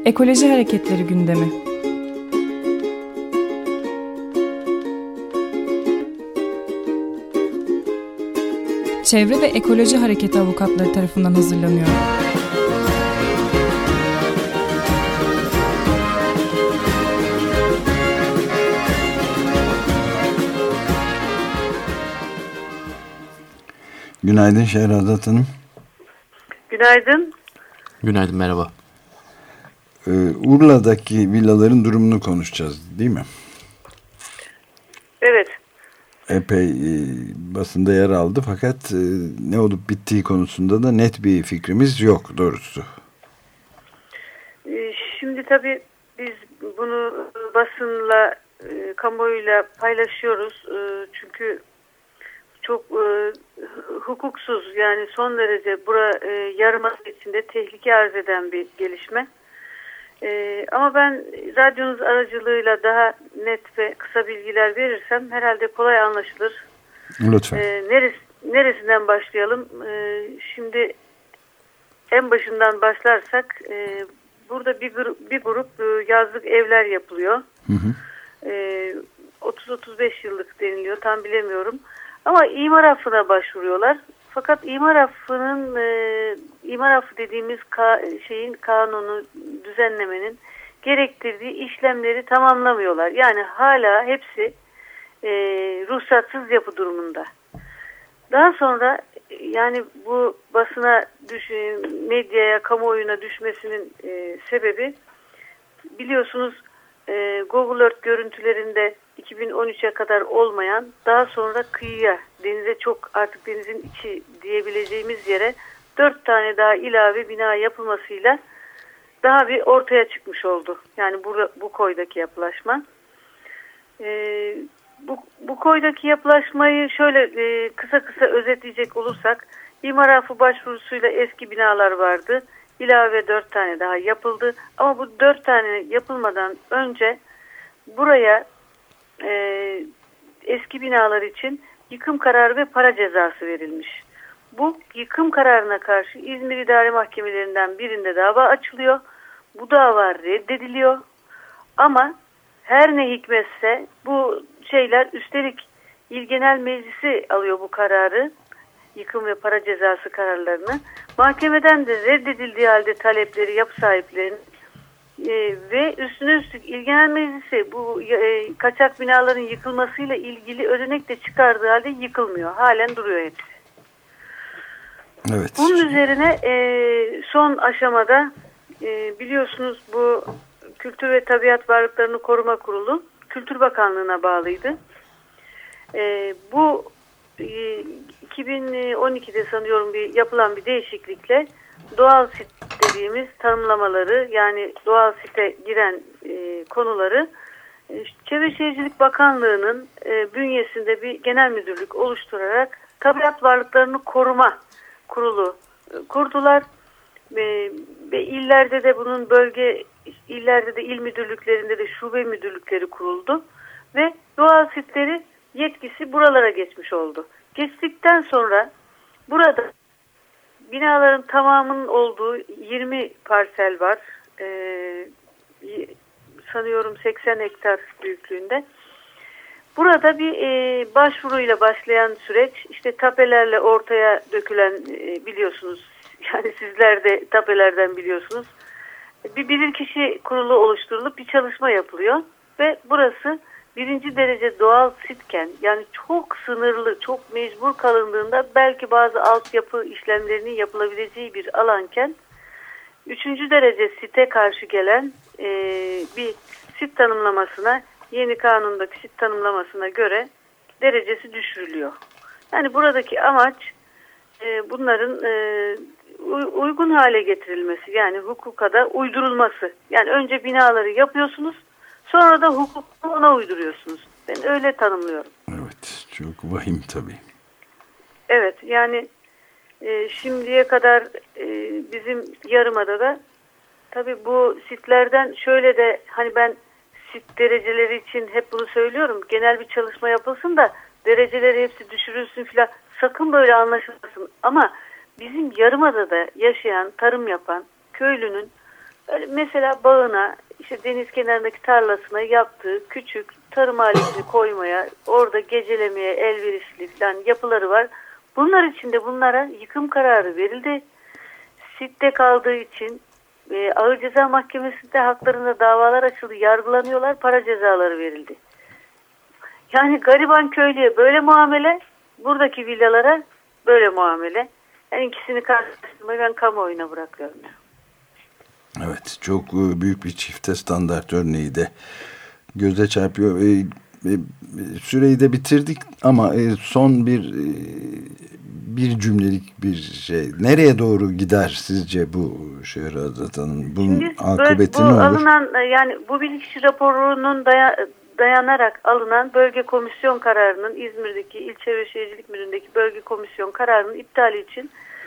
Ekoloji hareketleri gündemi. Çevre ve Ekoloji Hareketi avukatları tarafından hazırlanıyor. Günaydın Şehrazat Hanım. Günaydın. Günaydın, merhaba. Urla'daki villaların durumunu konuşacağız, değil mi? Evet. Epey basında yer aldı fakat ne olup bittiği konusunda da net bir fikrimiz yok doğrusu. Şimdi tabii biz bunu basınla, kamuoyuyla paylaşıyoruz. Çünkü çok hukuksuz, yani son derece yarımadası içinde tehlike arz eden bir gelişme. Ama ben radyonuz aracılığıyla daha net ve kısa bilgiler verirsem herhalde kolay anlaşılır. Lütfen. Neresinden başlayalım? Şimdi en başından başlarsak burada bir grup yazlık evler yapılıyor. Hı hı. 30-35 yıllık deniliyor, tam bilemiyorum. Ama imar affına başvuruyorlar. Fakat imar affı dediğimiz kanunu düzenlemenin gerektirdiği işlemleri tamamlamıyorlar. Yani hala hepsi ruhsatsız yapı durumunda. Daha sonra yani bu basına, medyaya, kamuoyuna düşmesinin sebebi, biliyorsunuz, Google Earth görüntülerinde 2013'e kadar olmayan, daha sonra kıyıya, denize, çok artık denizin içi diyebileceğimiz yere 4 tane daha ilave bina yapılmasıyla daha bir ortaya çıkmış oldu. Yani bu koydaki yapılaşma. Bu koydaki yapılaşmayı şöyle kısa özetleyecek olursak, imar affı başvurusuyla eski binalar vardı. İlave 4 tane daha yapıldı. Ama bu 4 tane yapılmadan önce buraya eski binalar için yıkım kararı ve para cezası verilmiş. Bu yıkım kararına karşı İzmir İdare Mahkemelerinden birinde dava açılıyor. Bu dava reddediliyor. Ama her ne hikmetse bu şeyler, üstelik İl Genel Meclisi alıyor bu kararı, yıkım ve para cezası kararlarını. Mahkemeden de reddedildiği halde talepleri yapı sahiplerinin ve üstüne üstlük İl Genel Meclisi bu kaçak binaların yıkılmasıyla ilgili ödenek de çıkardığı halde yıkılmıyor. Halen duruyor hepsi. Evet. Bunun üzerine son aşamada biliyorsunuz bu Kültür ve Tabiat Varlıklarını Koruma Kurulu Kültür Bakanlığı'na bağlıydı. Bu 2012'de sanıyorum yapılan bir değişiklikle doğal sit dediğimiz tanımlamaları, yani doğal site giren konuları Çevre Şehircilik Bakanlığı'nın bünyesinde bir genel müdürlük oluşturarak Tabiat Varlıklarını Koruma Kurulu kurdular. Ve illerde de bunun illerde de il müdürlüklerinde de şube müdürlükleri kuruldu ve doğal sitleri yetkisi buralara geçmiş oldu. Geçtikten sonra burada binaların tamamının olduğu 20 parsel var. Sanıyorum 80 hektar büyüklüğünde. Burada bir başvuruyla başlayan süreç, işte tapelerle ortaya dökülen, biliyorsunuz, yani sizler de tapelerden biliyorsunuz, bir bilirkişi kurulu oluşturulup bir çalışma yapılıyor ve burası birinci derece doğal sitken, yani çok sınırlı, çok mecbur kalındığında belki bazı altyapı işlemlerinin yapılabileceği bir alanken, üçüncü derece site karşı gelen bir sit tanımlamasına, yeni kanundaki sit tanımlamasına göre derecesi düşürülüyor. Yani buradaki amaç bunların uygun hale getirilmesi, yani hukuka da uydurulması. Yani önce binaları yapıyorsunuz, sonra da hukuku ona uyduruyorsunuz. Ben öyle tanımlıyorum. Evet, çok vahim tabii. Evet, yani şimdiye kadar bizim Yarımada'da tabii bu sitlerden şöyle de, hani ben sit dereceleri için hep bunu söylüyorum. Genel bir çalışma yapılsın da dereceleri hepsi düşürülsün filan. Sakın böyle anlaşılmasın. Ama bizim Yarımada'da yaşayan, tarım yapan köylünün mesela bağına, işte deniz kenarındaki tarlasına yaptığı küçük tarım aletini koymaya, orada gecelemeye elverişli falan yapıları var. Bunlar için de bunlara yıkım kararı verildi. Sitte kaldığı için Ağır Ceza Mahkemesi'nde haklarında davalar açıldı, yargılanıyorlar, para cezaları verildi. Yani gariban köylüye böyle muamele, buradaki villalara böyle muamele. Yani ikisini karşılaştırmayı ben kamuoyuna bırakıyorum. Evet, çok büyük bir çifte standart örneği de göze çarpıyor. Süreyi de bitirdik ama son bir cümlelik bir şey. Nereye doğru gider sizce bu Şehrazat Hanım? Bunun akıbeti ne olur? Alınan, yani bu bilirkişi raporunun dayanarak alınan bölge komisyon kararının, İzmir'deki İlçe ve Şehircilik Müdürlüğü'ndeki bölge komisyon kararının iptali için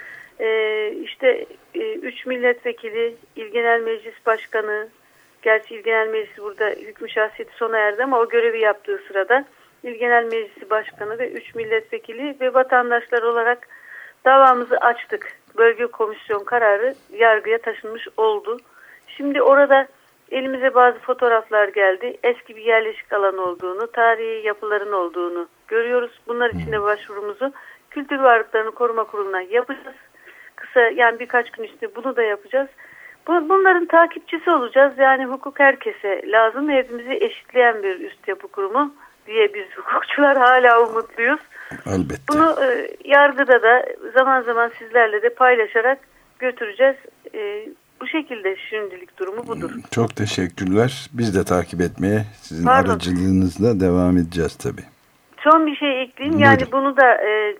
işte 3 milletvekili, İl Genel Meclis Başkanı, gerçi İl Genel Meclisi burada hükmü şahsiyeti sona erdi ama o görevi yaptığı sırada İl Genel Meclisi Başkanı ve 3 milletvekili ve vatandaşlar olarak davamızı açtık. Bölge komisyon kararı yargıya taşınmış oldu. Şimdi orada elimize bazı fotoğraflar geldi. Eski bir yerleşik alan olduğunu, tarihi yapıların olduğunu görüyoruz. Bunlar için de başvurumuzu Kültür Varlıklarını Koruma Kurulu'na yapacağız. Kısa, yani birkaç gün içinde bunu da yapacağız. Bunların takipçisi olacağız. Yani hukuk herkese lazım. Hepimizi eşitleyen bir üst yapı kurumu diye biz hukukçular hala umutluyuz. Elbette. Bunu yargıda da zaman zaman sizlerle de paylaşarak götüreceğiz. Bu şekilde şimdilik durumu budur. Çok teşekkürler. Biz de takip etmeye sizin aracılığınızla devam edeceğiz tabii. Son bir şey ekleyeyim. Yani bunu da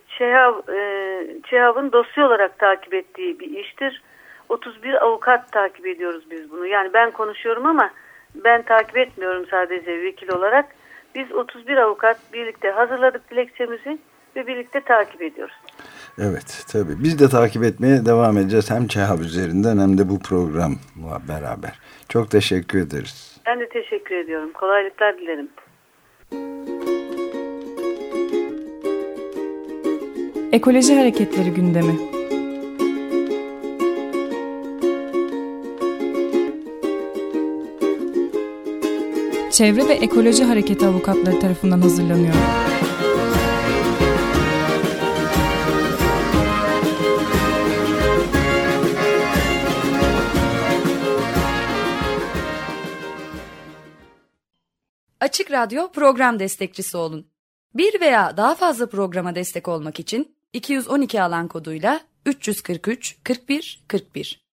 ÇEHAV'ın dosya olarak takip ettiği bir iştir. 31 avukat takip ediyoruz biz bunu. Yani ben konuşuyorum ama ben takip etmiyorum sadece vekil olarak. Biz 31 avukat birlikte hazırladık dilekçemizi ve birlikte takip ediyoruz. Evet, tabii. Biz de takip etmeye devam edeceğiz. Hem ÇEHAV üzerinden hem de bu programla beraber. Çok teşekkür ederiz. Ben de teşekkür ediyorum. Kolaylıklar dilerim. Ekoloji Hareketleri gündemi. Çevre ve Ekoloji Hareketi avukatları tarafından hazırlanıyor. Açık Radyo program destekçisi olun. Bir veya daha fazla programa destek olmak için 212 alan koduyla 343 41 41